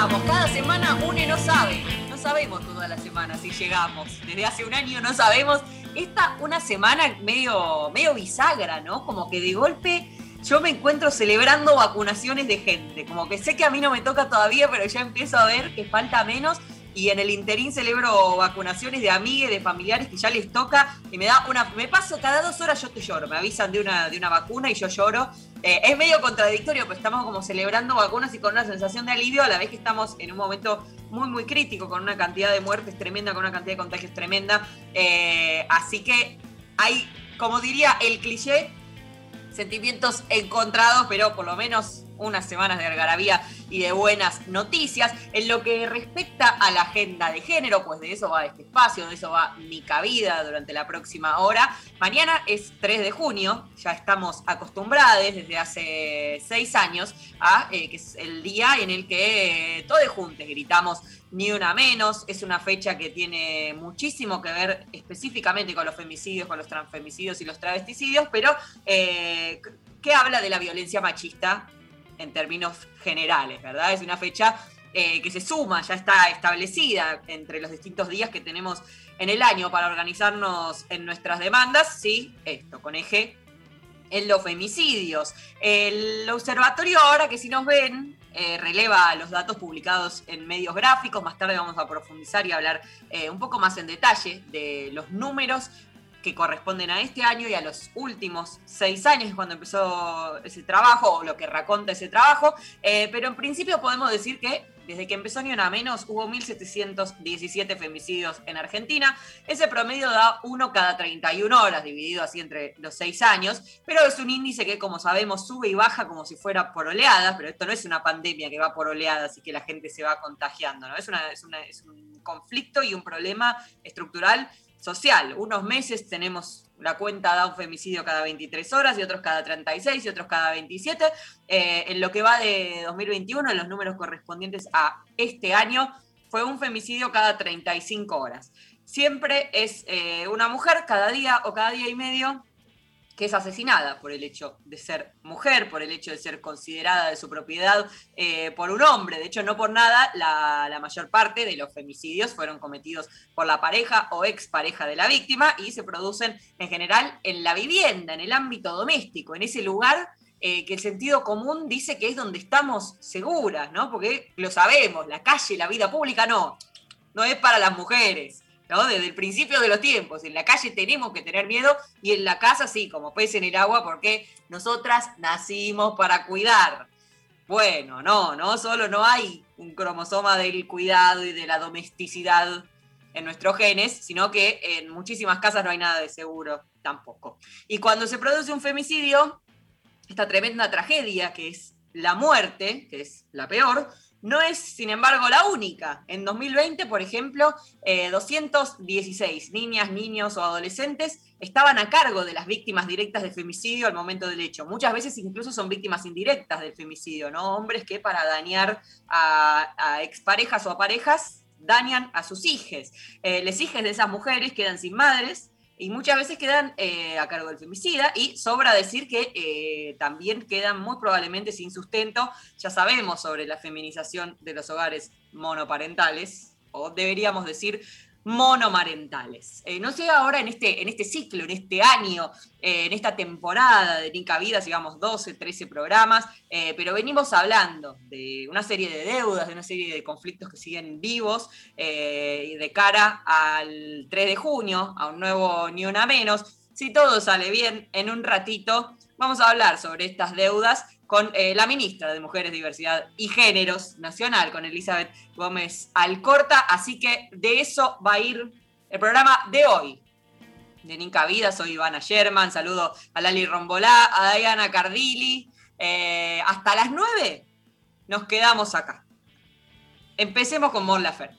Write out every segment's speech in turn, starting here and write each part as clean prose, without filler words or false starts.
llegamos. Cada semana une no sabe. No sabemos todas las semanas si llegamos. Desde hace un año no sabemos. Esta una semana medio bisagra, ¿no? Como que de golpe yo me encuentro celebrando vacunaciones de gente. Como que sé que a mí no me toca todavía, pero ya empiezo a ver que falta menos. Y en el interín celebro vacunaciones de amigues, de familiares que ya les toca. Y me paso cada 2 horas, yo te lloro. Me avisan de una vacuna y yo lloro. Es medio contradictorio, pero estamos como celebrando vacunas y con una sensación de alivio a la vez que estamos en un momento muy, muy crítico, con una cantidad de muertes tremenda, con una cantidad de contagios tremenda. Así que hay, como diría el cliché, sentimientos encontrados, pero por lo menos unas semanas de algarabía y de buenas noticias. En lo que respecta a la agenda de género, pues de eso va este espacio, de eso va mi cabida durante la próxima hora. Mañana es 3 de junio, ya estamos acostumbrados desde hace 6 años a que es el día en el que todos juntos gritamos ni una menos. Es una fecha que tiene muchísimo que ver específicamente con los femicidios, con los transfemicidios y los travesticidios, pero que habla de la violencia machista en términos generales, ¿verdad? Es una fecha que se suma, ya está establecida entre los distintos días que tenemos en el año para organizarnos en nuestras demandas, sí, esto, con eje en los femicidios. El observatorio, ahora que si nos ven, releva los datos publicados en medios gráficos. Más tarde vamos a profundizar y hablar un poco más en detalle de los números que corresponden a este año y a los últimos 6 años, cuando empezó ese trabajo, o lo que raconta ese trabajo, pero en principio podemos decir que desde que empezó Ni Una Menos hubo 1.717 femicidios en Argentina. Ese promedio da 1 cada 31 horas, dividido así entre los 6 años, pero es un índice que, como sabemos, sube y baja como si fuera por oleadas, pero esto no es una pandemia que va por oleadas y que la gente se va contagiando, ¿no? Es un conflicto y un problema estructural social. Unos meses tenemos la cuenta da un femicidio cada 23 horas y otros cada 36 y otros cada 27. En lo que va de 2021, en los números correspondientes a este año, fue un femicidio cada 35 horas. Siempre es una mujer cada día o cada día y medio que es asesinada por el hecho de ser mujer, por el hecho de ser considerada de su propiedad por un hombre. De hecho, no por nada, la mayor parte de los femicidios fueron cometidos por la pareja o expareja de la víctima y se producen en general en la vivienda, en el ámbito doméstico, en ese lugar que el sentido común dice que es donde estamos seguras, ¿no? Porque lo sabemos, la calle, la vida pública no es para las mujeres, ¿no? Desde el principio de los tiempos. En la calle tenemos que tener miedo y en la casa sí, como pez en el agua, porque nosotras nacimos para cuidar. Bueno, no solo no hay un cromosoma del cuidado y de la domesticidad en nuestros genes, sino que en muchísimas casas no hay nada de seguro tampoco. Y cuando se produce un femicidio, esta tremenda tragedia que es la muerte, que es la peor, no es, sin embargo, la única. En 2020, por ejemplo, 216 niñas, niños o adolescentes estaban a cargo de las víctimas directas de femicidio al momento del hecho. Muchas veces incluso son víctimas indirectas del femicidio, ¿no? Hombres que para dañar a exparejas o a parejas dañan a sus hijes. Los hijos de esas mujeres quedan sin madres y muchas veces quedan a cargo del femicida, y sobra decir que también quedan muy probablemente sin sustento. Ya sabemos sobre la feminización de los hogares monoparentales, o deberíamos decir monomarentales. No sé ahora en este ciclo, en este año, en esta temporada de Nica Vida, sigamos 12, 13 programas, pero venimos hablando de una serie de deudas, de una serie de conflictos que siguen vivos de cara al 3 de junio, a un nuevo Ni Una Menos. Si todo sale bien, en un ratito vamos a hablar sobre estas deudas con la ministra de Mujeres, Diversidad y Géneros Nacional, con Elizabeth Gómez Alcorta. Así que de eso va a ir el programa de hoy de Nica Vida. Soy Ivana Sherman, saludo a Lali Rombolá, a Diana Cardilli. Hasta las 9 nos quedamos acá. Empecemos con Mon Laferte.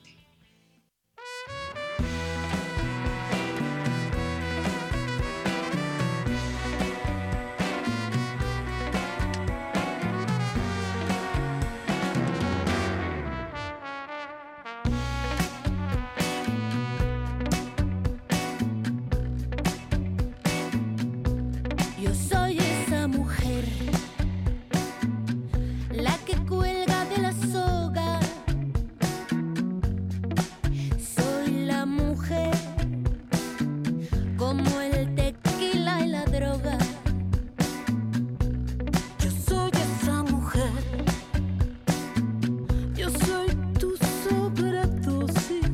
Soy esa mujer, la que cuelga de la soga como el tequila y la droga. Yo soy esa mujer, yo soy tu sobredosis.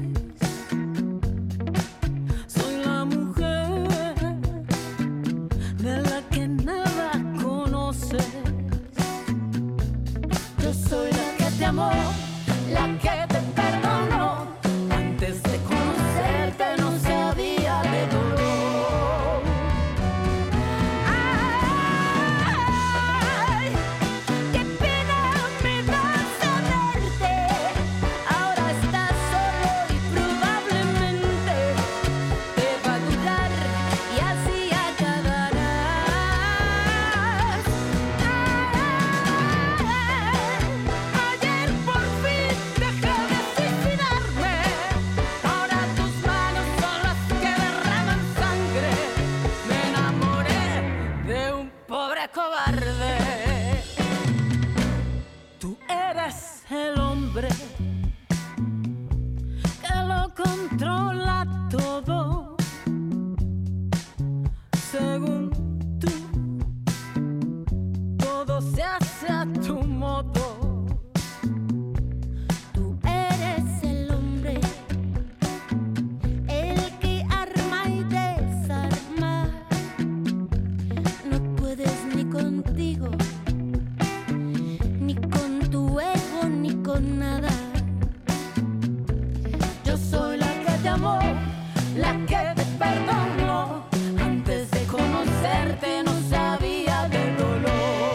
Soy la mujer de la que nada conoces. Yo soy la que te amó, la que te perdonó. Antes de conocerte no sabía de dolor. Ay, qué pena me da saberte. Ahora estás solo y probablemente te va a durar y así acabarás. Ayer por fin dejé de suicidarme. Ahora tus manos son las que derraman sangre. Me enamoré de un pobre cobarde. Tú eres el hombre que lo controla todo. Según tú, todo se hace a tu modo. Tú eres el hombre, el que arma y desarma. No puedes ni contigo, ni con tu ego, ni con nada. Yo soy la que te amó, la que te perdonó. Antes de conocerte no sabía de dolor.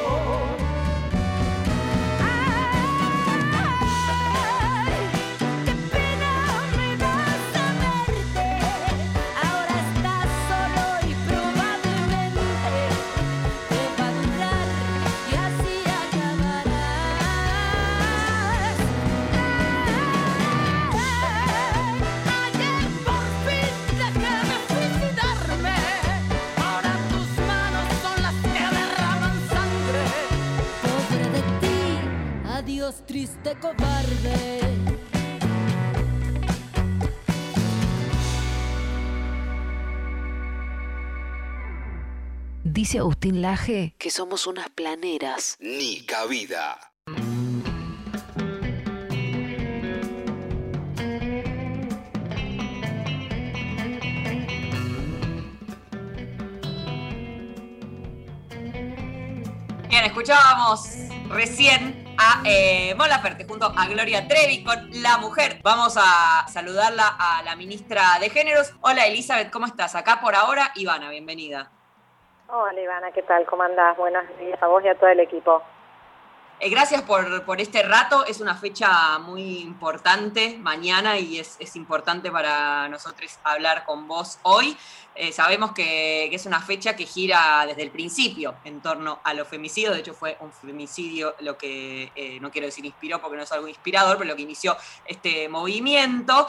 Ay, qué pena me da saberte. Ahora estás solo y probablemente te va a durar y así acabarás. Ayer por fin dejé de suicidarme. Ahora tus manos son las que derraman sangre. Pobre de ti, adiós triste cobarde. Dice Agustín Laje que somos unas planeras. Ni cabida. Bien, escuchábamos recién a Mon Laferte junto a Gloria Trevi con La Mujer. Vamos a saludarla a la ministra de Géneros. Hola Elizabeth, ¿cómo estás? Acá por ahora, Ivana, bienvenida. Hola Ivana, ¿qué tal? ¿Cómo andás? Buenos días a vos y a todo el equipo. Gracias por este rato. Es una fecha muy importante mañana y es importante para nosotros hablar con vos hoy. Sabemos que es una fecha que gira desde el principio en torno a los femicidios. De hecho, fue un femicidio lo que, no quiero decir inspiró porque no es algo inspirador, pero lo que inició este movimiento.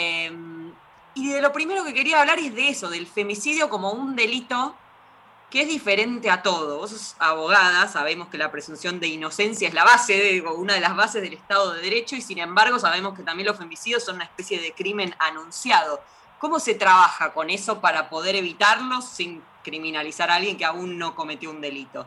Y de lo primero que quería hablar es de eso, del femicidio como un delito que es diferente a todo. Vos sos abogada, sabemos que la presunción de inocencia es la base, una de las bases del Estado de Derecho, y sin embargo sabemos que también los femicidios son una especie de crimen anunciado. ¿Cómo se trabaja con eso para poder evitarlos sin criminalizar a alguien que aún no cometió un delito?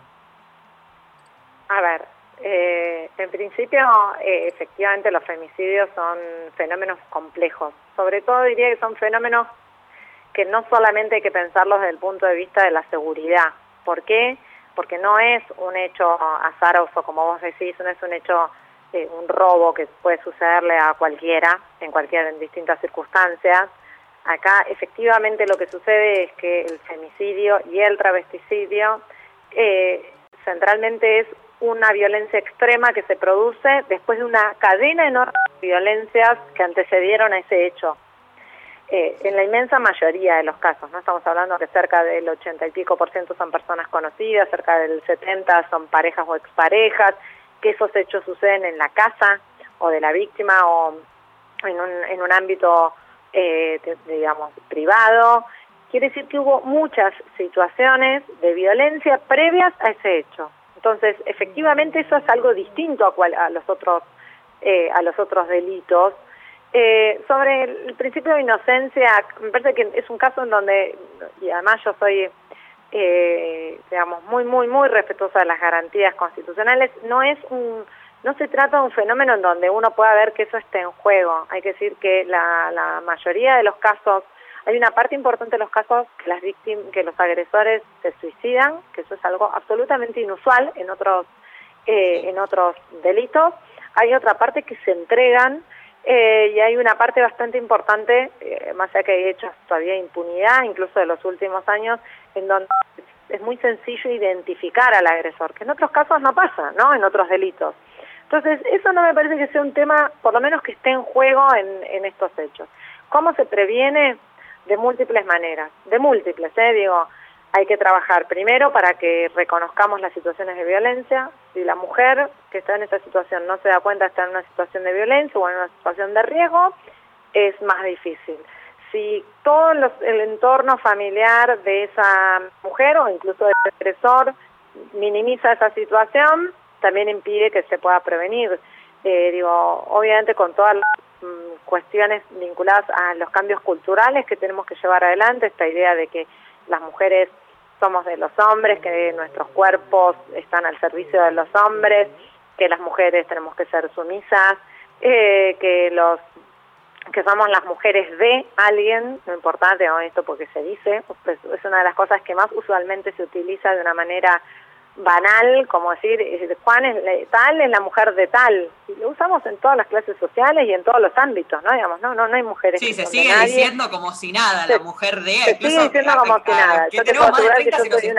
A ver, en principio, efectivamente los femicidios son fenómenos complejos. Sobre todo diría que son fenómenos que no solamente hay que pensarlos desde el punto de vista de la seguridad. ¿Por qué? Porque no es un hecho azaroso, como vos decís, no es un hecho, un robo que puede sucederle a cualquiera, en distintas circunstancias. Acá efectivamente lo que sucede es que el femicidio y el travesticidio centralmente es una violencia extrema que se produce después de una cadena enorme de violencias que antecedieron a ese hecho. En la inmensa mayoría de los casos, ¿no? Estamos hablando que cerca del 80 y pico % son personas conocidas, cerca del 70% son parejas o exparejas, que esos hechos suceden en la casa o de la víctima o en un ámbito, digamos, privado. Quiere decir que hubo muchas situaciones de violencia previas a ese hecho. Entonces, efectivamente, eso es algo distinto a los otros delitos. Sobre el principio de inocencia, me parece que es un caso en donde, y además yo soy, digamos, muy respetuosa de las garantías constitucionales, no se trata de un fenómeno en donde uno pueda ver que eso esté en juego. Hay que decir que la mayoría de los casos, hay una parte importante de los casos que los agresores se suicidan, que eso es algo absolutamente inusual en otros delitos. Hay otra parte que se entregan, y hay una parte bastante importante, más allá que hay hechos todavía de impunidad, incluso de los últimos años, en donde es muy sencillo identificar al agresor, que en otros casos no pasa, ¿no? En otros delitos. Entonces, eso no me parece que sea un tema, por lo menos que esté en juego en estos hechos. ¿Cómo se previene? De múltiples maneras, digo, hay que trabajar primero para que reconozcamos las situaciones de violencia. Si la mujer que está en esa situación no se da cuenta de estar en una situación de violencia o en una situación de riesgo, es más difícil. Si todo el entorno familiar de esa mujer o incluso del agresor minimiza esa situación, también impide que se pueda prevenir. Obviamente con todas las cuestiones vinculadas a los cambios culturales que tenemos que llevar adelante, esta idea de que las mujeres somos de los hombres, que nuestros cuerpos están al servicio de los hombres, que las mujeres tenemos que ser sumisas, que somos las mujeres de alguien, no importa, esto porque se dice, pues es una de las cosas que más usualmente se utiliza de una manera banal, como decir, Juan es tal, es la mujer de tal, y lo usamos en todas las clases sociales y en todos los ámbitos, ¿no? Digamos, no hay mujeres. Sí, se sigue diciendo como si nada, la mujer de... Se sigue diciendo como si nada. Yo te puedo asegurar que yo soy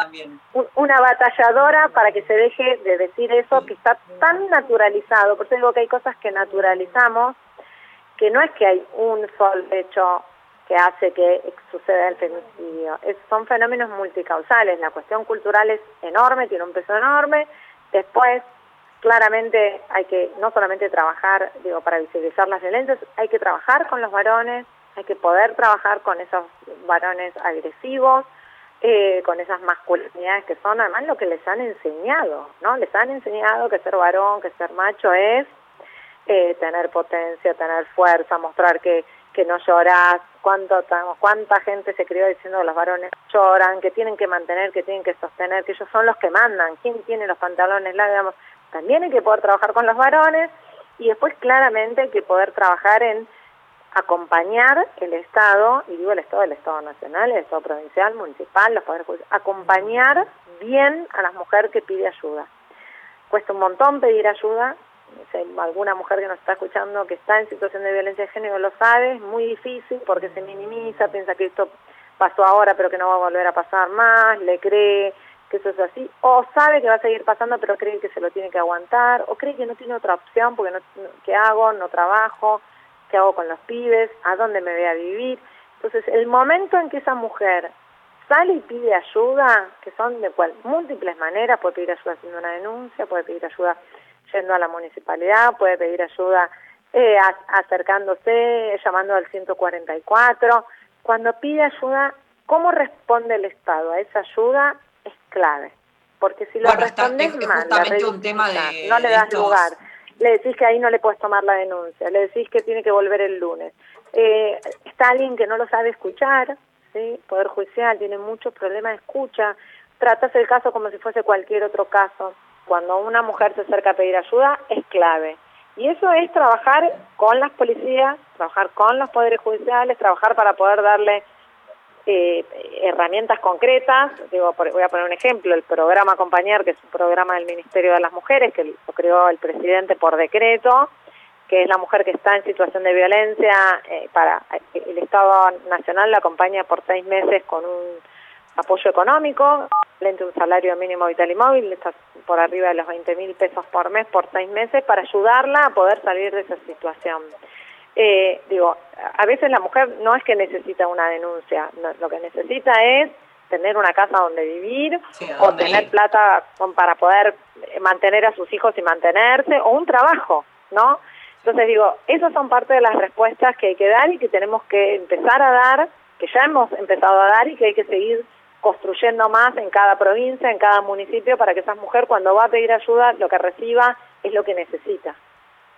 una batalladora para que se deje de decir eso, que está tan naturalizado, por eso digo que hay cosas que naturalizamos, que no es que hay un solo hecho que hace que suceda el femicidio. Son fenómenos multicausales. La cuestión cultural es enorme, tiene un peso enorme. Después, claramente, hay que no solamente trabajar, para visibilizar las violencias, hay que trabajar con los varones, hay que poder trabajar con esos varones agresivos, con esas masculinidades que son además lo que les han enseñado, ¿no? Les han enseñado que ser varón, que ser macho es tener potencia, tener fuerza, mostrar que no llorás, cuánta gente se crió diciendo que los varones lloran, que tienen que mantener, que tienen que sostener, que ellos son los que mandan, quién tiene los pantalones largos. También hay que poder trabajar con los varones y después claramente hay que poder trabajar en acompañar el Estado, y digo el Estado nacional, el Estado provincial, municipal, los poderes judiciales, acompañar bien a la mujer que pide ayuda. Cuesta un montón pedir ayuda. Si hay alguna mujer que nos está escuchando que está en situación de violencia de género lo sabe, es muy difícil porque se minimiza, piensa que esto pasó ahora pero que no va a volver a pasar más, le cree que eso es así, o sabe que va a seguir pasando pero cree que se lo tiene que aguantar, o cree que no tiene otra opción porque ¿qué hago? No trabajo, ¿qué hago con los pibes? ¿A dónde me voy a vivir? Entonces el momento en que esa mujer sale y pide ayuda, que son de múltiples maneras, puede pedir ayuda haciendo una denuncia, puede pedir ayuda yendo a la municipalidad, puede pedir ayuda acercándose, llamando al 144. Cuando pide ayuda, ¿cómo responde el Estado a esa ayuda? Es clave. Porque si lo respondes mal, no le das lugar, le decís que ahí no le puedes tomar la denuncia, le decís que tiene que volver el lunes. Está alguien que no lo sabe escuchar, ¿sí? Poder Judicial tiene muchos problemas de escucha, tratas el caso como si fuese cualquier otro caso. Cuando una mujer se acerca a pedir ayuda, es clave. Y eso es trabajar con las policías, trabajar con los poderes judiciales, trabajar para poder darle herramientas concretas. Voy a poner un ejemplo, el programa Acompañar, que es un programa del Ministerio de las Mujeres, que lo creó el presidente por decreto, que es la mujer que está en situación de violencia, para el Estado Nacional la acompaña por 6 meses con un apoyo económico, un salario mínimo vital y móvil, está por arriba de los 20.000 pesos por mes por 6 meses, para ayudarla a poder salir de esa situación. A veces la mujer no es que necesita una denuncia, lo que necesita es tener una casa donde vivir, o tener plata para poder mantener a sus hijos y mantenerse, o un trabajo, ¿no? Entonces esas son parte de las respuestas que hay que dar y que tenemos que empezar a dar, que ya hemos empezado a dar y que hay que seguir construyendo más en cada provincia, en cada municipio, para que esa mujer cuando va a pedir ayuda, lo que reciba es lo que necesita.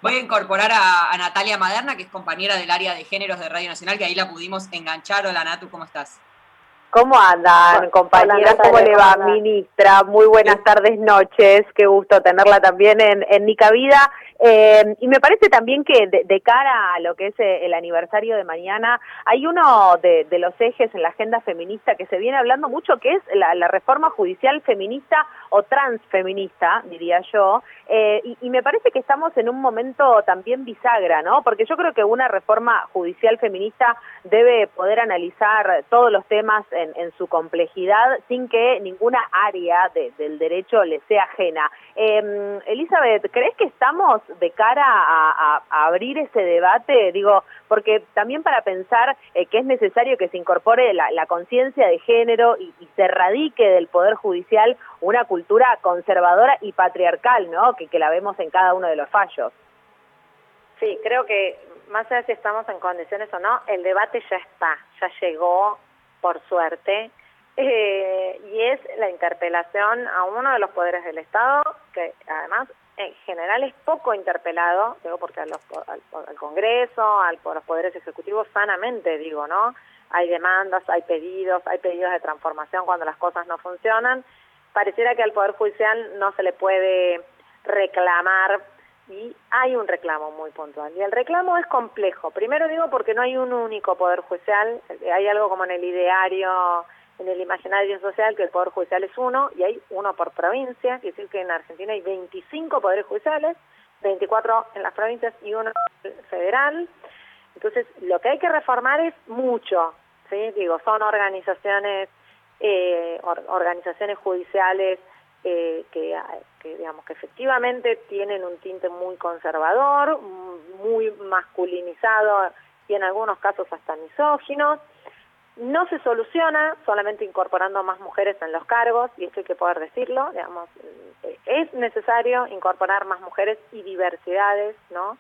Voy a incorporar a Natalia Maderna, que es compañera del área de géneros de Radio Nacional, que ahí la pudimos enganchar. Hola, Natu, ¿cómo estás? ¿Cómo andan, compañeras? ¿Cómo le va, ministra? Muy buenas tardes, noches. Qué gusto tenerla también en Nica Vida. Y me parece también que de cara a lo que es el aniversario de mañana, hay uno de los ejes en la agenda feminista que se viene hablando mucho, que es la reforma judicial feminista o transfeminista, diría yo. Y me parece que estamos en un momento también bisagra, ¿no? Porque yo creo que una reforma judicial feminista debe poder analizar todos los temas en su complejidad sin que ninguna área del derecho le sea ajena. Elizabeth, ¿crees que estamos de cara a abrir ese debate? Digo, porque también para pensar que es necesario que se incorpore la conciencia de género y se erradique del Poder Judicial una cultura conservadora y patriarcal, ¿no? Que la vemos en cada uno de los fallos. Sí, creo que más allá de si estamos en condiciones o no, el debate ya está, ya llegó, por suerte, y es la interpelación a uno de los poderes del Estado, que además en general es poco interpelado, digo, porque al Congreso, a los poderes ejecutivos sanamente, digo, ¿no? Hay demandas, hay pedidos de transformación cuando las cosas no funcionan. Pareciera que al Poder Judicial no se le puede reclamar, y hay un reclamo muy puntual. Y el reclamo es complejo. Primero digo porque no hay un único Poder Judicial, hay algo como en el ideario, en el imaginario social, que el Poder Judicial es uno, y hay uno por provincia, quiere decir que en Argentina hay 25 Poderes Judiciales, 24 en las provincias y uno federal. Entonces, lo que hay que reformar es mucho, ¿sí? Digo, son organizaciones judiciales que digamos que efectivamente tienen un tinte muy conservador, muy masculinizado y en algunos casos hasta misógino. No se soluciona solamente incorporando más mujeres en los cargos, y esto hay que poder decirlo, digamos, es necesario incorporar más mujeres y diversidades, ¿no?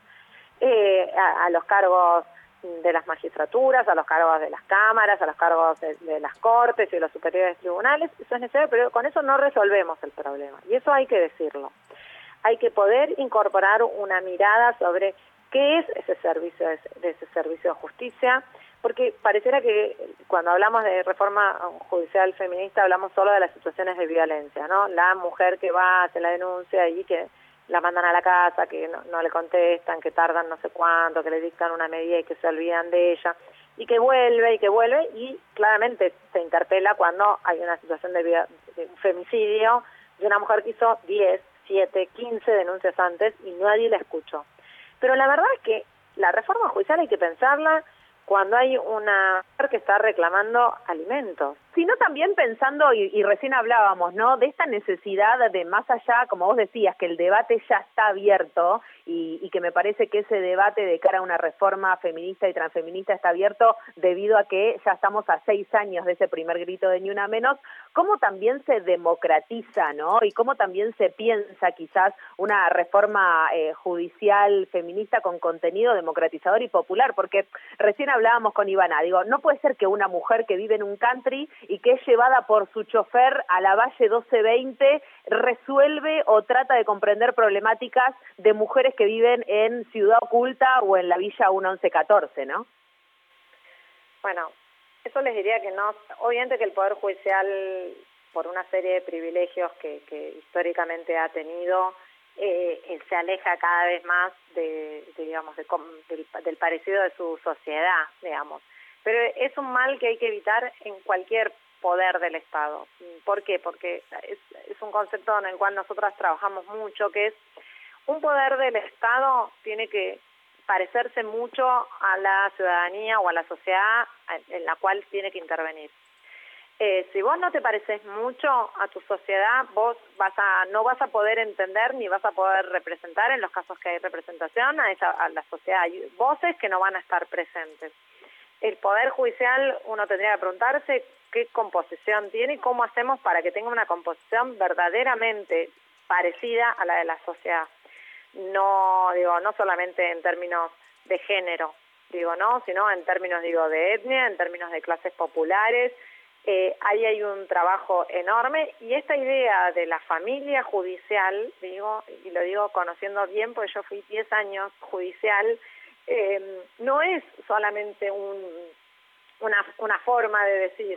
A los cargos de las magistraturas, a los cargos de las cámaras, a los cargos de las cortes y de los superiores tribunales. Eso es necesario, pero con eso no resolvemos el problema, y eso hay que decirlo. Hay que poder incorporar una mirada sobre qué es ese servicio de justicia, porque pareciera que cuando hablamos de reforma judicial feminista hablamos solo de las situaciones de violencia, ¿no? La mujer que va, hace la denuncia y que la mandan a la casa, que no le contestan, que tardan no sé cuánto, que le dictan una medida y que se olvidan de ella, y que vuelve, y claramente se interpela cuando hay una situación de un femicidio de una mujer que hizo 10, 7, 15 denuncias antes y nadie la escuchó. Pero la verdad es que la reforma judicial hay que pensarla cuando hay una mujer que está reclamando alimentos. Sino también pensando, y recién hablábamos, ¿no?, de esta necesidad de más allá, como vos decías, que el debate ya está abierto y que me parece que ese debate de cara a una reforma feminista y transfeminista está abierto debido a que ya estamos a 6 años de ese primer grito de Ni Una Menos. ¿Cómo también se democratiza, ¿no?, y cómo también se piensa quizás una reforma judicial feminista con contenido democratizador y popular? Porque recién hablábamos con Ivana, digo, no puede ser que una mujer que vive en un country y que es llevada por su chofer a la Valle 1220 resuelve o trata de comprender problemáticas de mujeres que viven en Ciudad Oculta o en la Villa 1114, ¿no? Bueno, eso les diría que no, obviamente que el Poder Judicial, por una serie de privilegios que históricamente ha tenido, se aleja cada vez más del parecido de su sociedad, digamos. Pero es un mal que hay que evitar en cualquier poder del Estado. ¿Por qué? Porque es un concepto en el cual nosotras trabajamos mucho, que es un poder del Estado tiene que parecerse mucho a la ciudadanía o a la sociedad en la cual tiene que intervenir. Si vos no te pareces mucho a tu sociedad, vos no vas a poder entender ni vas a poder representar, en los casos que hay representación, a la sociedad. Hay voces que no van a estar presentes. El Poder Judicial, uno tendría que preguntarse qué composición tiene y cómo hacemos para que tenga una composición verdaderamente parecida a la de la sociedad. No solamente en términos de género, sino en términos, de etnia, en términos de clases populares, Ahí hay un trabajo enorme, y esta idea de la familia judicial, digo, y lo digo conociendo bien porque yo fui 10 años judicial, no es solamente una forma de decir.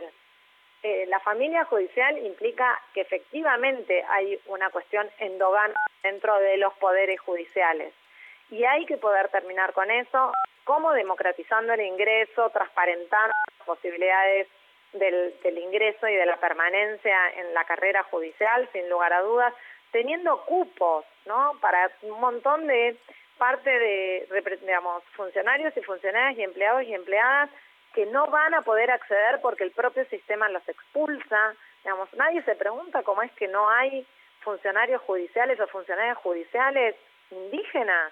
La familia judicial implica que efectivamente hay una cuestión endógama dentro de los poderes judiciales, y hay que poder terminar con eso, como democratizando el ingreso, transparentando las posibilidades del ingreso y de la permanencia en la carrera judicial, sin lugar a dudas, teniendo cupos, ¿no?, para un montón de parte de, digamos, funcionarios y funcionarias y empleados y empleadas que no van a poder acceder porque el propio sistema los expulsa. Digamos, nadie se pregunta cómo es que no hay funcionarios judiciales o funcionarias judiciales indígenas.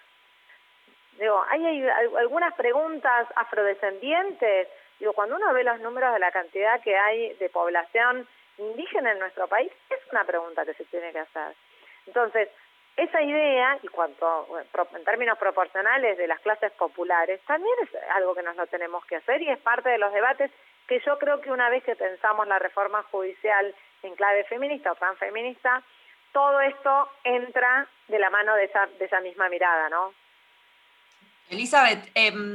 Digo, hay algunas preguntas afrodescendientes. Digo, cuando uno ve los números de la cantidad que hay de población indígena en nuestro país, es una pregunta que se tiene que hacer. Entonces, esa idea, y en términos proporcionales de las clases populares, también es algo que nos lo tenemos que hacer, y es parte de los debates que yo creo que una vez que pensamos la reforma judicial en clave feminista o transfeminista, todo esto entra de la mano de esa misma mirada, ¿no? Elizabeth,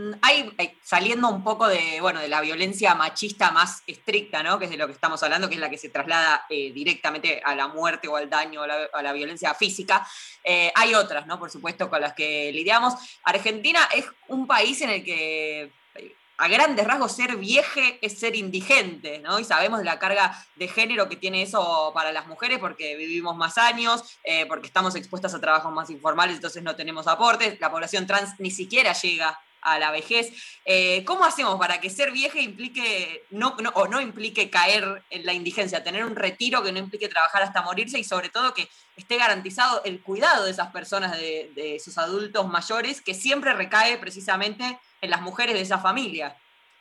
saliendo un poco de la violencia machista más estricta, ¿no?, que es de lo que estamos hablando, que es la que se traslada directamente a la muerte o al daño, a la violencia física, hay otras, ¿no?, por supuesto, con las que lidiamos. Argentina es un país en el que a grandes rasgos ser vieje es ser indigente, ¿no? Y sabemos de la carga de género que tiene eso para las mujeres, porque vivimos más años, porque estamos expuestas a trabajos más informales, entonces no tenemos aportes. La población trans ni siquiera llega a la vejez. ¿Cómo hacemos para que ser vieja implique no implique caer en la indigencia, tener un retiro que no implique trabajar hasta morirse, y sobre todo que esté garantizado el cuidado de esas personas, de esos adultos mayores, que siempre recae precisamente en las mujeres de esa familia?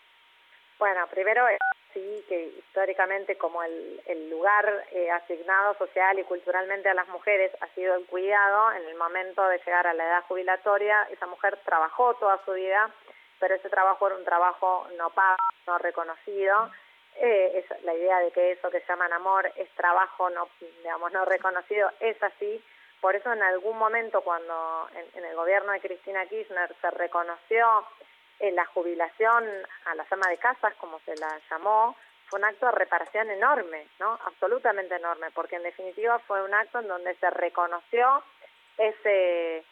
Bueno, primero sí, que históricamente como el lugar asignado social y culturalmente a las mujeres ha sido el cuidado, en el momento de llegar a la edad jubilatoria, esa mujer trabajó toda su vida, pero ese trabajo era un trabajo no pago, no reconocido. Es la idea de que eso que llaman amor es trabajo no reconocido, es así. Por eso en algún momento, cuando en el gobierno de Cristina Kirchner se reconoció la jubilación a las amas de casas, como se la llamó, fue un acto de reparación enorme, ¿no? Absolutamente enorme, porque en definitiva fue un acto en donde se reconoció ese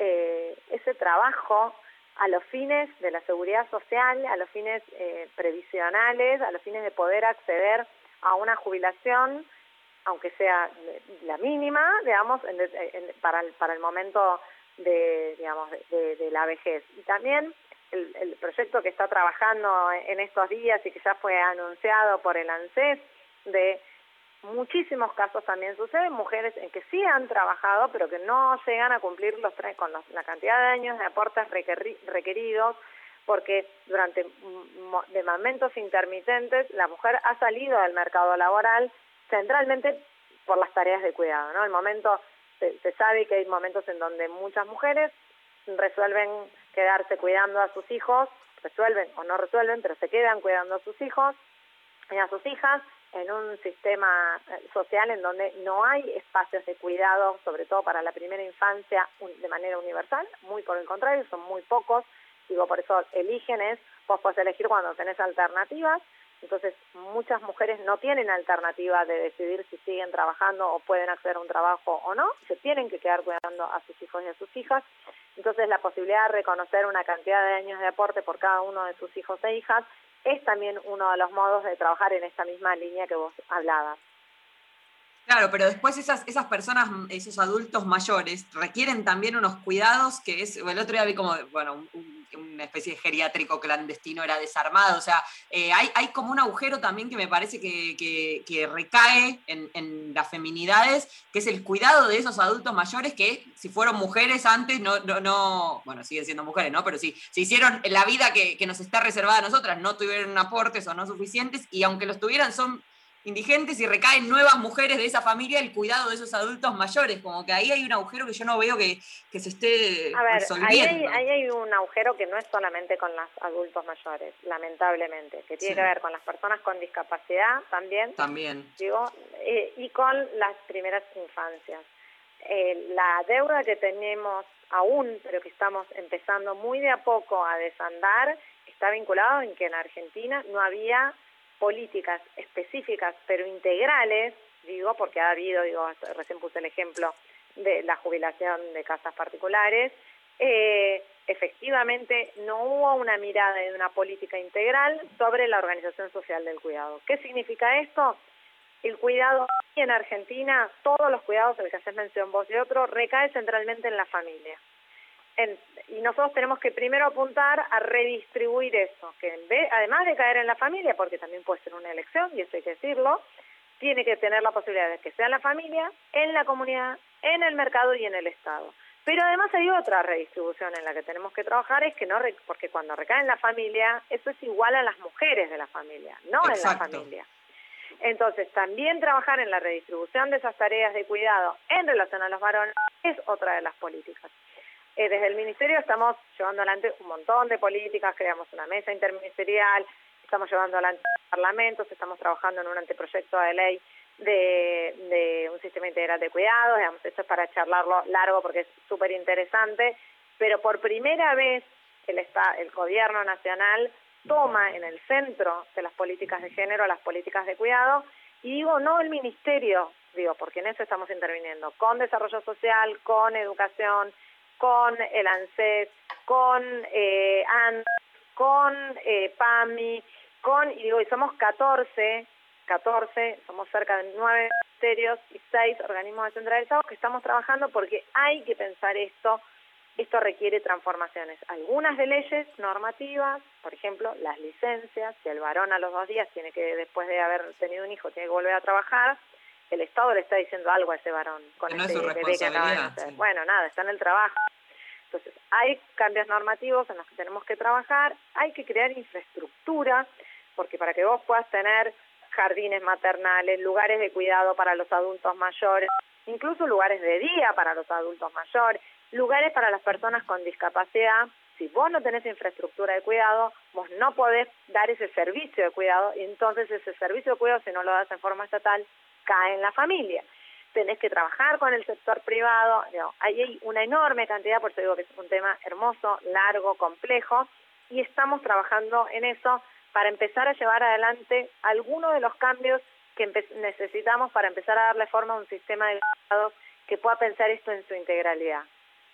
trabajo a los fines de la seguridad social, a los fines previsionales, a los fines de poder acceder a una jubilación, aunque sea la mínima, digamos, para el momento de la vejez. Y también el proyecto que está trabajando en estos días y que ya fue anunciado por el ANSES, de muchísimos casos también suceden, mujeres en que sí han trabajado, pero que no llegan a cumplir la cantidad de años de aportes requeridos, porque durante de momentos intermitentes la mujer ha salido del mercado laboral centralmente por las tareas de cuidado, ¿no? El momento, se sabe que hay momentos en donde muchas mujeres resuelven quedarse cuidando a sus hijos, resuelven o no resuelven, pero se quedan cuidando a sus hijos y a sus hijas en un sistema social en donde no hay espacios de cuidado, sobre todo para la primera infancia, de manera universal. Muy por el contrario, son muy pocos. Digo, por eso vos podés elegir cuando tenés alternativas. Entonces, muchas mujeres no tienen alternativa de decidir si siguen trabajando o pueden acceder a un trabajo o no. Se tienen que quedar cuidando a sus hijos y a sus hijas. Entonces, la posibilidad de reconocer una cantidad de años de aporte por cada uno de sus hijos e hijas es también uno de los modos de trabajar en esta misma línea que vos hablabas. Claro, pero después esas personas, esos adultos mayores, requieren también unos cuidados que es, el otro día vi como, bueno, una especie de geriátrico clandestino era desarmado, o sea, hay como un agujero también que me parece que recae en las feminidades, que es el cuidado de esos adultos mayores que si fueron mujeres antes, bueno, siguen siendo mujeres, ¿no? Pero sí, se hicieron en la vida que nos está reservada a nosotras, no tuvieron aportes o no suficientes, y aunque los tuvieran son indigentes y recaen nuevas mujeres de esa familia el cuidado de esos adultos mayores, como que ahí hay un agujero que yo no veo que se esté resolviendo. Ahí hay un agujero que no es solamente con los adultos mayores, lamentablemente, que tiene que ver con las personas con discapacidad también. Digo, y con las primeras infancias. La deuda que tenemos aún, pero que estamos empezando muy de a poco a desandar, está vinculado en que en Argentina no había políticas específicas pero integrales, digo, porque ha habido, recién puse el ejemplo de la jubilación de casas particulares, efectivamente no hubo una mirada de una política integral sobre la organización social del cuidado. ¿Qué significa esto? El cuidado en Argentina, todos los cuidados, el que haces mención vos y otro, recae centralmente en la familia. Y nosotros tenemos que primero apuntar a redistribuir eso, que además de caer en la familia, porque también puede ser una elección, y eso hay que decirlo, tiene que tener la posibilidad de que sea en la familia, en la comunidad, en el mercado y en el Estado. Pero además hay otra redistribución en la que tenemos que trabajar, es que no, porque cuando recae en la familia, eso es igual a las mujeres de la familia, no Exacto. En la familia. Entonces, también trabajar en la redistribución de esas tareas de cuidado en relación a los varones es otra de las políticas. Desde el Ministerio estamos llevando adelante un montón de políticas, creamos una mesa interministerial, estamos llevando adelante parlamentos, estamos trabajando en un anteproyecto de ley de un sistema integral de cuidados, digamos, esto es para charlarlo largo porque es súper interesante, pero por primera vez el Gobierno Nacional toma en el centro de las políticas de género las políticas de cuidado, y digo, no el Ministerio, porque en eso estamos interviniendo, con Desarrollo Social, con Educación, con el ANSES, con ANS, con PAMI, y somos 14, somos cerca de 9 ministerios y 6 organismos descentralizados que estamos trabajando porque hay que pensar esto requiere transformaciones, algunas de leyes normativas, por ejemplo, las licencias, si el varón a los 2 días tiene que, después de haber tenido un hijo, tiene que volver a trabajar, el Estado le está diciendo algo a ese varón con no este es su bebé que acaba de nacer. Sí. Bueno, nada, está en el trabajo. Entonces, hay cambios normativos en los que tenemos que trabajar, hay que crear infraestructura, porque para que vos puedas tener jardines maternales, lugares de cuidado para los adultos mayores, incluso lugares de día para los adultos mayores, lugares para las personas con discapacidad, si vos no tenés infraestructura de cuidado, vos no podés dar ese servicio de cuidado, y entonces ese servicio de cuidado, si no lo das en forma estatal, cae en la familia. Tenés que trabajar con el sector privado, ahí hay una enorme cantidad, por eso digo que es un tema hermoso, largo, complejo, y estamos trabajando en eso para empezar a llevar adelante algunos de los cambios que necesitamos para empezar a darle forma a un sistema de cuidados que pueda pensar esto en su integralidad.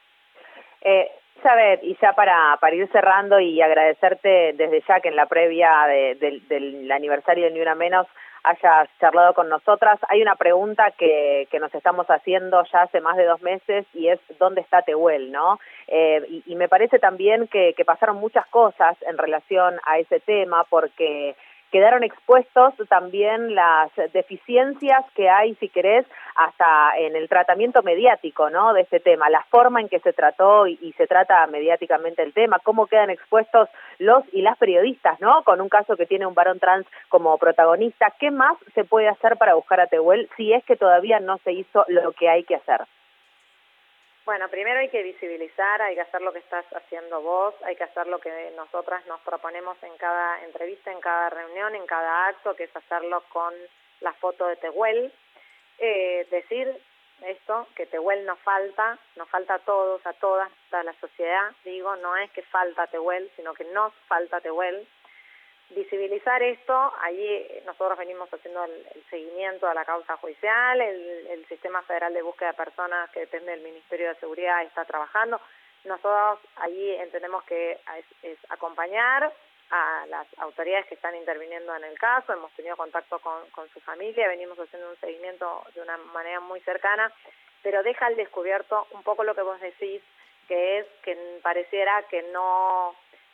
Elizabeth, y ya para ir cerrando y agradecerte desde ya que en la previa del aniversario de Ni Una Menos hayas charlado con nosotras, hay una pregunta que nos estamos haciendo ya hace más de 2 meses y es ¿dónde está Tehuel?, ¿no? Y me parece también que pasaron muchas cosas en relación a ese tema porque quedaron expuestos también las deficiencias que hay, si querés, hasta en el tratamiento mediático, ¿no?, de este tema, la forma en que se trató y se trata mediáticamente el tema, cómo quedan expuestos los y las periodistas, ¿no?, con un caso que tiene un varón trans como protagonista. ¿Qué más se puede hacer para buscar a Tehuel si es que todavía no se hizo lo que hay que hacer? Bueno, primero hay que visibilizar, hay que hacer lo que estás haciendo vos, hay que hacer lo que nosotras nos proponemos en cada entrevista, en cada reunión, en cada acto, que es hacerlo con la foto de Tehuel. Decir esto, que Tehuel nos falta a todos, a todas, a la sociedad, digo, no es que falta Tehuel, sino que nos falta Tehuel. Visibilizar esto, allí nosotros venimos haciendo el seguimiento a la causa judicial, el Sistema Federal de Búsqueda de Personas que depende del Ministerio de Seguridad está trabajando. Nosotros allí entendemos que es acompañar a las autoridades que están interviniendo en el caso, hemos tenido contacto con su familia, venimos haciendo un seguimiento de una manera muy cercana, pero deja al descubierto un poco lo que vos decís, que es que pareciera que no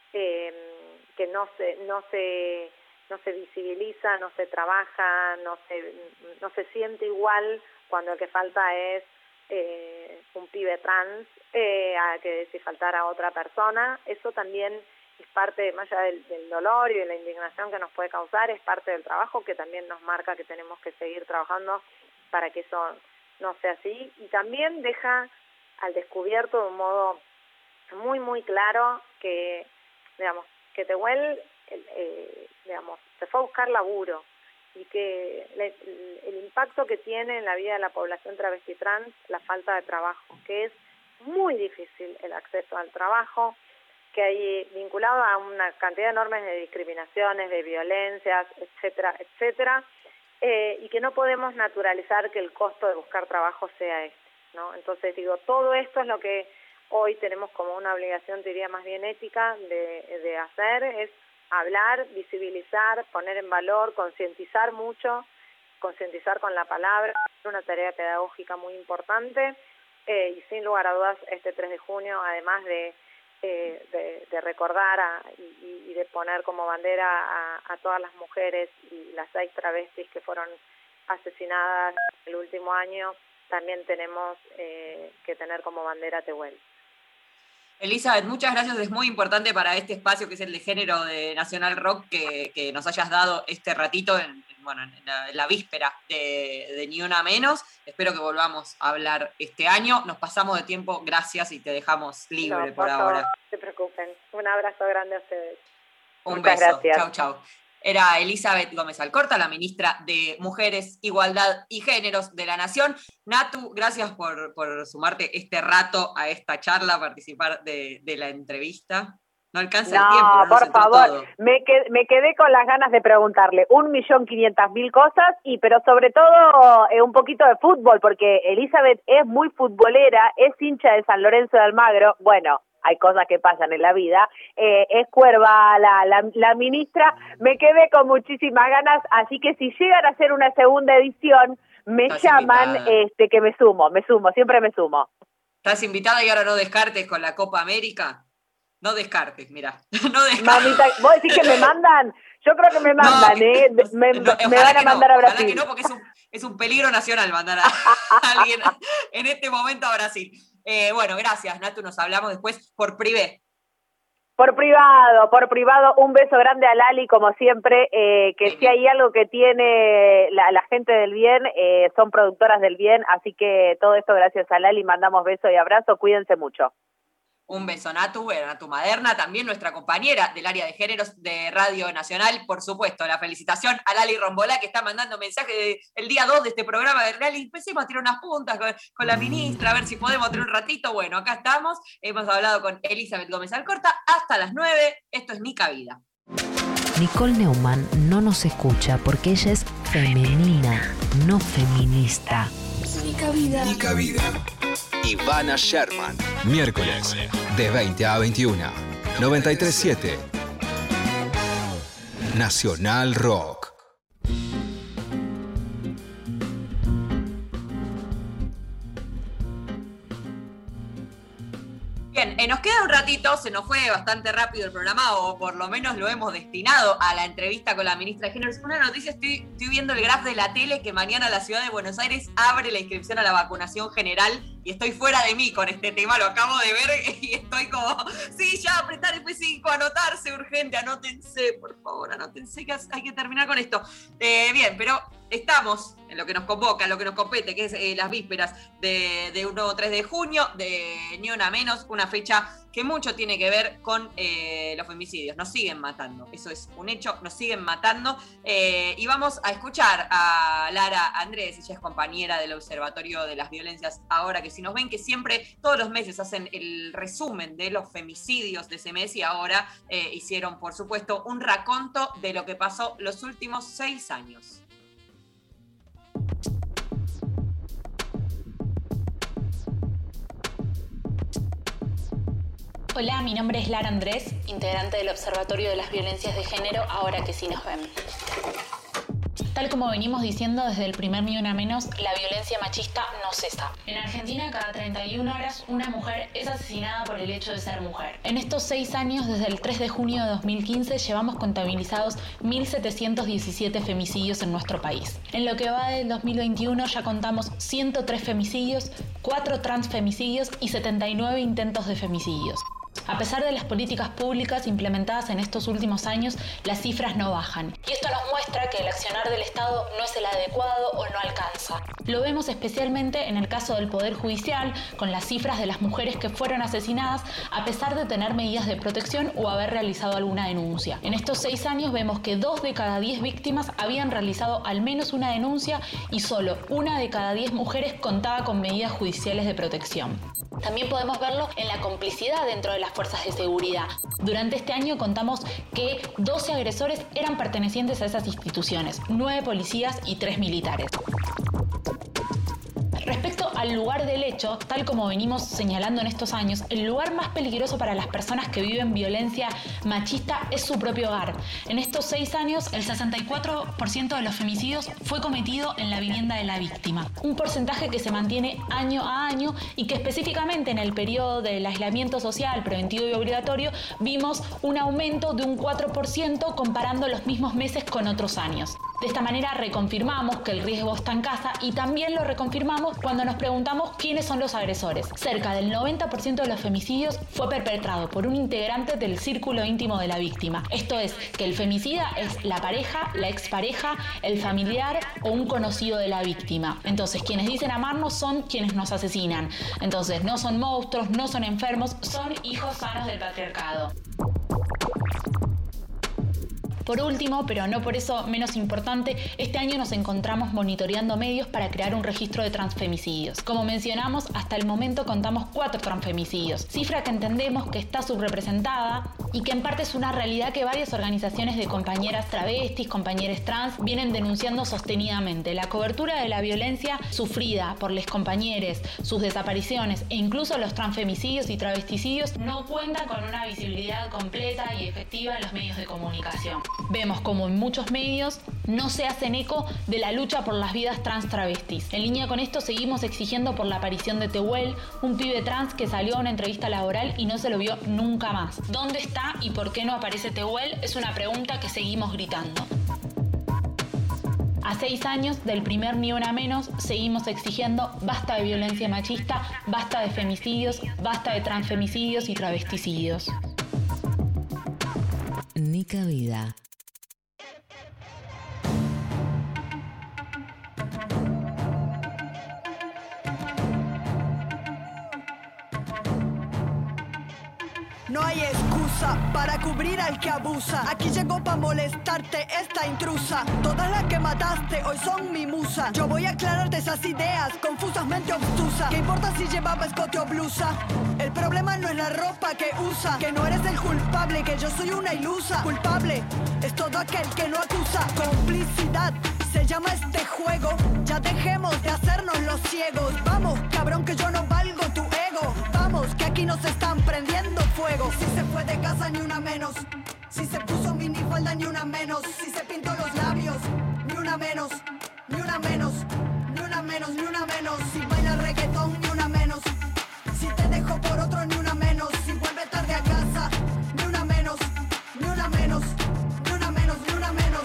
se visibiliza, no se trabaja, no se siente igual cuando el que falta es un pibe trans a que si faltara otra persona. Eso también es parte, más allá del dolor y de la indignación que nos puede causar, es parte del trabajo que también nos marca que tenemos que seguir trabajando para que eso no sea así, y también deja al descubierto de un modo muy, muy claro que, digamos, que Tehuel, digamos, se fue a buscar laburo, y que el impacto que tiene en la vida de la población travesti trans la falta de trabajo, que es muy difícil el acceso al trabajo, que hay vinculado a una cantidad enorme de discriminaciones, de violencias, etcétera, etcétera, y que no podemos naturalizar que el costo de buscar trabajo sea este, ¿no? Entonces digo, todo esto es lo que hoy tenemos como una obligación, diría más bien ética, de hacer, es hablar, visibilizar, poner en valor, concientizar mucho, concientizar con la palabra, es una tarea pedagógica muy importante, y sin lugar a dudas este 3 de junio, además de recordar y de poner como bandera a todas las mujeres y las 6 travestis que fueron asesinadas el último año, también tenemos que tener como bandera a Tehuel. Elizabeth, muchas gracias, es muy importante para este espacio que es el de género de Nacional Rock que nos hayas dado este ratito en la víspera de Ni Una Menos. Espero que volvamos a hablar este año. Nos pasamos de tiempo, gracias, y te dejamos libre por ahora. No se preocupen. Un abrazo grande a ustedes. Un Muchas beso. gracias. Chau, chau. Era Elizabeth Gómez Alcorta, la ministra de Mujeres, Igualdad y Géneros de la Nación. Natu, gracias por sumarte este rato a esta charla, participar de la entrevista. No alcanza el tiempo, no por favor, todo. me quedé con las ganas de preguntarle 1.500.000 cosas, pero sobre todo un poquito de fútbol, porque Elizabeth es muy futbolera, es hincha de San Lorenzo de Almagro, bueno, hay cosas que pasan en la vida, es cuerva la ministra, me quedé con muchísimas ganas, así que si llegan a hacer una segunda edición, me Estás llaman, invitada. que me sumo, siempre me sumo. Estás invitada y ahora no descartes con la Copa América. No descartes, mira. No descartes. Mamita, ¿vos decís que me mandan? Yo creo que me mandan, me van a mandar a Brasil. Ojalá que no, porque es un peligro nacional mandar a alguien en este momento a Brasil. Bueno, gracias, Natu, nos hablamos después por privé. Por privado, un beso grande a Lali, como siempre, que si hay algo que tiene la gente del bien, son productoras del bien, así que todo esto gracias a Lali, mandamos beso y abrazo, cuídense mucho. Un beso, Natu Maderna, también nuestra compañera del área de géneros de Radio Nacional, por supuesto, la felicitación a Lali Rombolá, que está mandando mensaje el día 2 de este programa de Lali, empecemos a tirar unas puntas con la ministra, a ver si podemos tener un ratito. Bueno, acá estamos, hemos hablado con Elizabeth Gómez Alcorta, hasta las 9, esto es Nica Vida. Nicole Neumann no nos escucha porque ella es femenina, no feminista. Nica Vida. Nica Vida. Ivana Sherman. Miércoles, de 20 a 21. 93.7. Nacional Rock. Bien, nos queda un ratito, se nos fue bastante rápido el programa, o por lo menos lo hemos destinado a la entrevista con la ministra de Género. Una noticia, estoy viendo el graph de la tele, que mañana la ciudad de Buenos Aires abre la inscripción a la vacunación general, y estoy fuera de mí con este tema, lo acabo de ver y estoy como, sí, ya apretar F5, anotarse urgente, anótense, por favor, anótense, que hay que terminar con esto. Bien, pero estamos en lo que nos convoca, en lo que nos compete, que es las vísperas de un nuevo 3 de junio, de Ni Una Menos, una fecha que mucho tiene que ver con los femicidios. Nos siguen matando, eso es un hecho, nos siguen matando. Y vamos a escuchar a Lara Andrés, ella es compañera del Observatorio de las Violencias Ahora, que si nos ven que siempre, todos los meses, hacen el resumen de los femicidios de ese mes, y ahora hicieron, por supuesto, un raconto de lo que pasó los últimos 6 años. Hola, mi nombre es Lara Andrés, integrante del Observatorio de las Violencias de Género, ahora que sí nos ven. Tal como venimos diciendo desde el primer Ni Una Menos, la violencia machista no cesa. En Argentina, cada 31 horas, una mujer es asesinada por el hecho de ser mujer. En estos 6 años, desde el 3 de junio de 2015, llevamos contabilizados 1.717 femicidios en nuestro país. En lo que va del 2021 ya contamos 103 femicidios, 4 transfemicidios y 79 intentos de femicidios. A pesar de las políticas públicas implementadas en estos últimos años, las cifras no bajan. Y esto nos muestra que el accionar del Estado no es el adecuado o no alcanza. Lo vemos especialmente en el caso del Poder Judicial, con las cifras de las mujeres que fueron asesinadas a pesar de tener medidas de protección o haber realizado alguna denuncia. En estos 6 años vemos que 2 de cada 10 víctimas habían realizado al menos una denuncia y solo 1 de cada 10 mujeres contaba con medidas judiciales de protección. También podemos verlo en la complicidad dentro de las fuerzas de seguridad. Durante este año contamos que 12 agresores eran pertenecientes a esas instituciones, 9 policías y 3 militares. Respecto al lugar del hecho, tal como venimos señalando en estos años, el lugar más peligroso para las personas que viven violencia machista es su propio hogar. En estos 6 años, el 64% de los femicidios fue cometido en la vivienda de la víctima. Un porcentaje que se mantiene año a año y que específicamente en el periodo del aislamiento social, preventivo y obligatorio, vimos un aumento de un 4% comparando los mismos meses con otros años. De esta manera reconfirmamos que el riesgo está en casa y también lo reconfirmamos cuando nos preguntamos quiénes son los agresores. Cerca del 90% de los femicidios fue perpetrado por un integrante del círculo íntimo de la víctima. Esto es, que el femicida es la pareja, la expareja, el familiar o un conocido de la víctima. Entonces, quienes dicen amarnos son quienes nos asesinan. Entonces, no son monstruos, no son enfermos, son hijos sanos del patriarcado. Por último, pero no por eso menos importante, este año nos encontramos monitoreando medios para crear un registro de transfemicidios. Como mencionamos, hasta el momento contamos 4 transfemicidios, cifra que entendemos que está subrepresentada y que en parte es una realidad que varias organizaciones de compañeras travestis, compañeras trans, vienen denunciando sostenidamente. La cobertura de la violencia sufrida por les compañeres, sus desapariciones e incluso los transfemicidios y travesticidios no cuentan con una visibilidad completa y efectiva en los medios de comunicación. Vemos como en muchos medios no se hacen eco de la lucha por las vidas trans travestis. En línea con esto seguimos exigiendo por la aparición de Tehuel, un pibe trans que salió a una entrevista laboral y no se lo vio nunca más. ¿Dónde está y por qué no aparece Tehuel? Es una pregunta que seguimos gritando. A 6 años del primer Ni Una Menos seguimos exigiendo basta de violencia machista, basta de femicidios, basta de transfemicidios y travesticidios. Nica Vida. No hay excusa para cubrir al que abusa. Aquí llegó pa' molestarte esta intrusa. Todas las que mataste hoy son mi musa. Yo voy a aclararte esas ideas confusas, mente obtusa. ¿Qué importa si llevaba escote o blusa? El problema no es la ropa que usa, que no eres el culpable, que yo soy una ilusa. Culpable es todo aquel que no acusa. Complicidad se llama este juego. Ya dejemos de hacernos los ciegos. Vamos, cabrón, que yo no valgo tu ego. Vamos, que aquí nos están prendiendo fuego. Si se fue de casa, ni una menos. Si se puso minifalda, ni una menos. Si se pintó los labios, ni una menos. Ni una menos, ni una menos, ni una menos. Si baila reggaetón, ni una menos. Si te dejo por otro, ni una menos. Si vuelve tarde a casa, ni una menos. Ni una menos, ni una menos, ni una menos.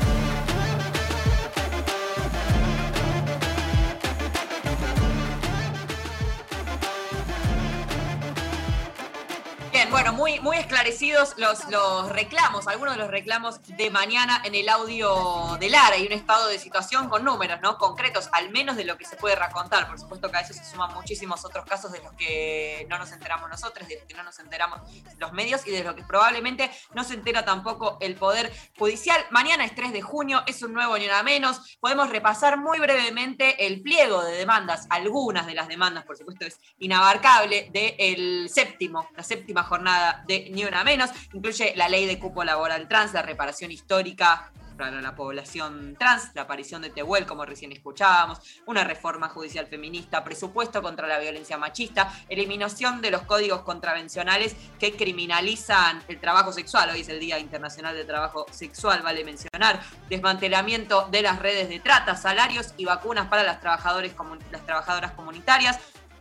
Bien, bueno, muy esclarecidos los reclamos, algunos de los reclamos de mañana en el audio de Lara y un estado de situación con números, ¿no? Concretos, al menos de lo que se puede racontar. Por supuesto que a eso se suman muchísimos otros casos de los que no nos enteramos nosotros, de los que no nos enteramos los medios y de lo que probablemente no se entera tampoco el Poder Judicial. Mañana es 3 de junio, es un nuevo Ni Una Menos. Podemos repasar muy brevemente el pliego de demandas, algunas de las demandas, por supuesto es inabarcable, de la séptima jornada de Ni Una Menos. Incluye la ley de cupo laboral trans, la reparación histórica para la población trans, la aparición de Tehuel, como recién escuchábamos, una reforma judicial feminista, presupuesto contra la violencia machista, eliminación de los códigos contravencionales que criminalizan el trabajo sexual. Hoy es el Día Internacional del Trabajo Sexual, vale mencionar, desmantelamiento de las redes de trata, salarios y vacunas para las trabajadoras comunitarias,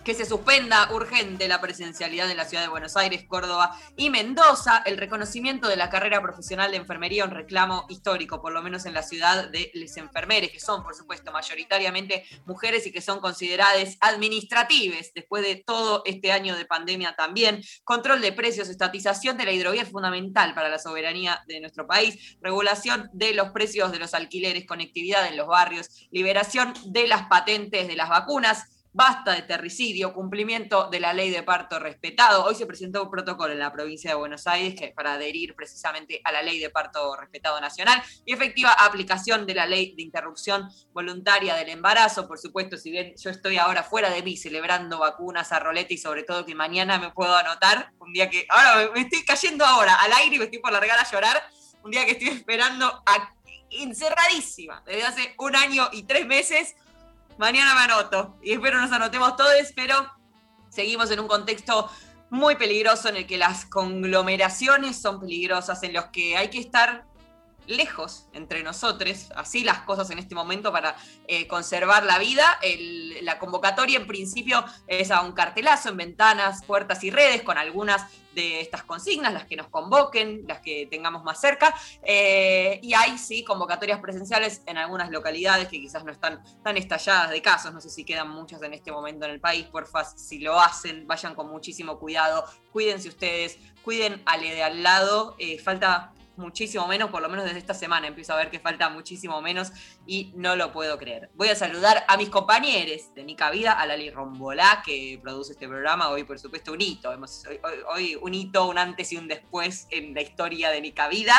que se suspenda urgente la presencialidad en la ciudad de Buenos Aires, Córdoba y Mendoza, el reconocimiento de la carrera profesional de enfermería, un reclamo histórico, por lo menos en la ciudad de les enfermeres, que son, por supuesto, mayoritariamente mujeres y que son consideradas administrativas después de todo este año de pandemia también. Control de precios, estatización de la hidrovía es fundamental para la soberanía de nuestro país, regulación de los precios de los alquileres, conectividad en los barrios, liberación de las patentes de las vacunas, basta de terricidio, cumplimiento de la ley de parto respetado. Hoy se presentó un protocolo en la provincia de Buenos Aires para adherir precisamente a la ley de parto respetado nacional y efectiva aplicación de la ley de interrupción voluntaria del embarazo. Por supuesto, si bien yo estoy ahora fuera de mí celebrando vacunas a roleta y sobre todo que mañana me puedo anotar, un día que ahora me estoy cayendo ahora al aire y me estoy por largar a llorar, un día que estoy esperando encerradísima desde hace 1 año y 3 meses. Mañana me anoto y espero nos anotemos todos, pero seguimos en un contexto muy peligroso en el que las conglomeraciones son peligrosas, en los que hay que estar lejos entre nosotros, así las cosas en este momento para conservar la vida. La convocatoria en principio es a un cartelazo en ventanas, puertas y redes con algunas de estas consignas, las que nos convoquen, las que tengamos más cerca, y hay sí convocatorias presenciales en algunas localidades que quizás no están tan estalladas de casos, no sé si quedan muchas en este momento en el país, porfa, si lo hacen, vayan con muchísimo cuidado, cuídense ustedes, cuiden al de al lado, falta muchísimo menos, por lo menos desde esta semana empiezo a ver que falta muchísimo menos y no lo puedo creer. Voy a saludar a mis compañeros de Nica Vida, a Lali Rombolá, que produce este programa, hoy por supuesto un hito, hoy un hito, un antes y un después en la historia de Nica Vida,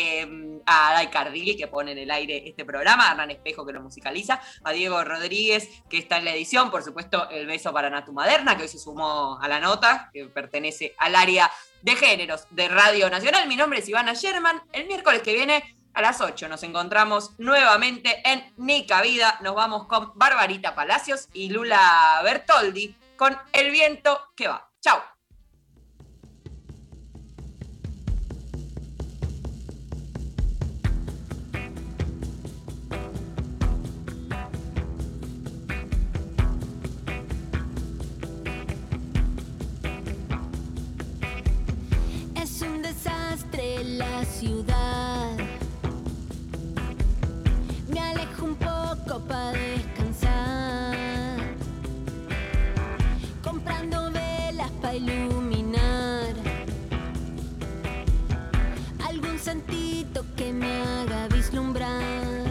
a Dai Cardilli, que pone en el aire este programa, a Hernán Espejo, que lo musicaliza, a Diego Rodríguez, que está en la edición, por supuesto el beso para Natu Maderna, que hoy se sumó a la nota, que pertenece al área de géneros de Radio Nacional. Mi nombre es Ivana Sherman. El miércoles que viene a las 8 nos encontramos nuevamente en Nica Vida. Nos vamos con Barbarita Palacios y Lula Bertoldi con El viento que va. Chau. La ciudad, me alejo un poco para descansar, comprando velas para iluminar algún santito que me haga vislumbrar.